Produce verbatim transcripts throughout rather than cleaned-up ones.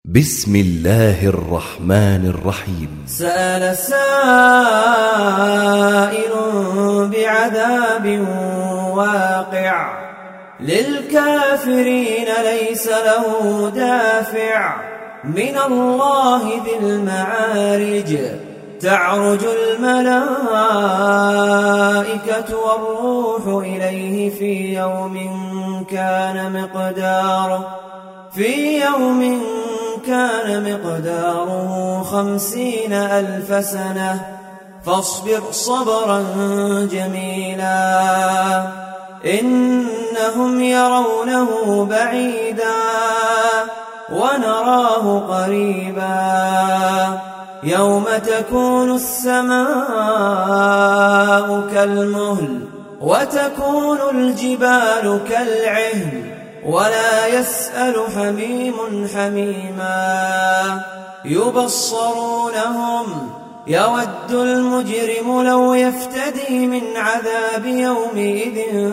بسم الله الرحمن الرحيم. سأل سائل بعذاب واقع للكافرين ليس له دافع من الله ذي المعارج تعرج الملائكة والروح إليه في يوم كان مقداره في يوم كان مقداره خمسين ألف سنة فاصبر صبرا جميلا إنهم يرونه بعيدا ونراه قريبا يوم تكون السماء كالمهل وتكون الجبال كالعهن ولا يسأل حميم حميما يبصرونهم يود المجرم لو يفتدي من عذاب يومئذ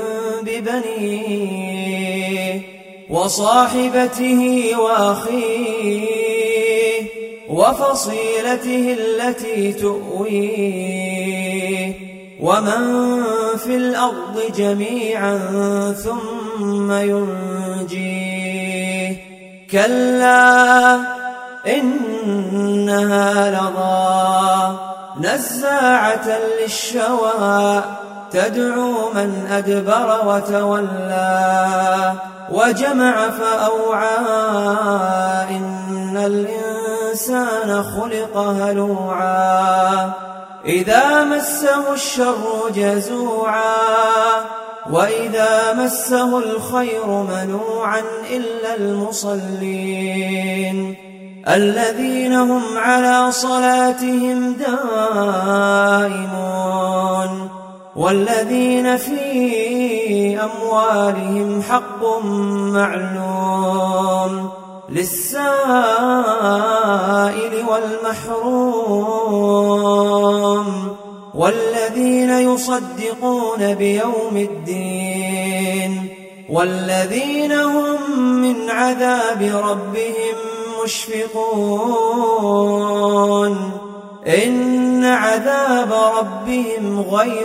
ببنيه وصاحبته وأخيه وفصيلته التي تؤويه ومن في الأرض جميعا ثم ينجيه كلا إنها لظى نزاعة للشوى تدعو من أدبر وتولى وجمع فأوعى إن الإنسان خلق هلوعا إذا مسه الشر جزوعا وإذا مسه الخير منوعا إلا المصلين الذين هم على صلاتهم دائمون والذين في أموالهم حق معلوم للسائل والمحروم والذين يصدقون بيوم الدين والذين هم من عذاب ربهم مشفقون إن عذاب ربهم غير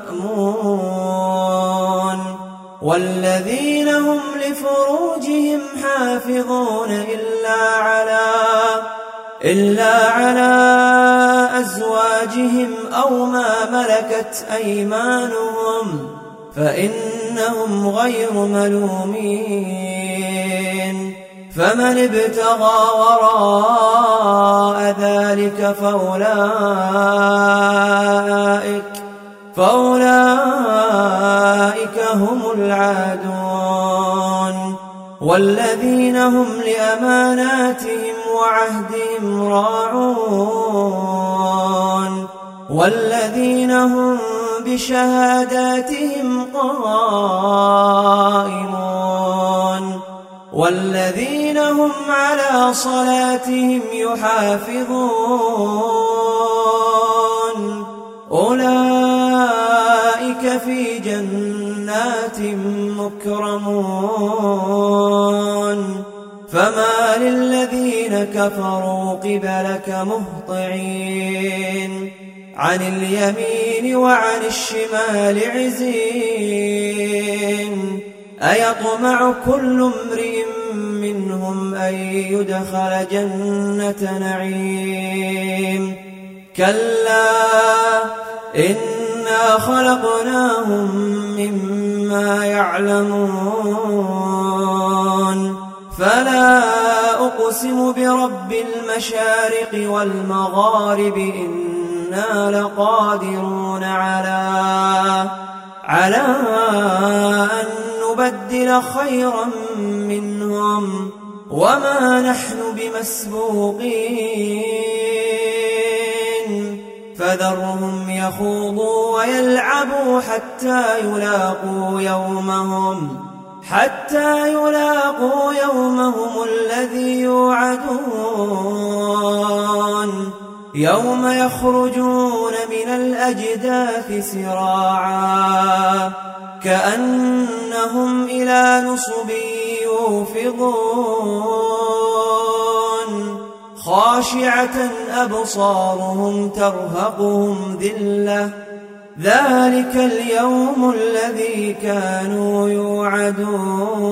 مأمون والذين هم لفروجهم حافظون إلا على إلا على أزواجهم أو ما ملكت أيمانهم فإنهم غير ملومين فمن ابتغى وراء ذلك فأولئك فأولئك هم العادون والذين هم لأماناتهم وعهدهم راعون والذين هم بشهاداتهم قائمون والذين هم على صلاتهم يحافظون أولئك في جنات مكرمون فما للذين كفروا قبلك مهطعين عن اليمين وعن الشمال عزين أيطمع كل امرئ منهم أن يدخل جنة نعيم كلا إنا خلقناهم مما يعلمون فلا أقسم برب المشارق والمغارب إنا لقادرون على على أن نبدل خيرا منهم وما نحن بمسبوقين فذرهم يخوضوا ويلعبوا حتى يلاقوا يومهم حتى يلاقوا يومهم الذي يوعدون يوم يخرجون من الأجداث سراعا كأنهم إلى نصب يوفضون خاشعة أبصارهم ترهقهم ذلة ذلك اليوم الذي كانوا يوعدون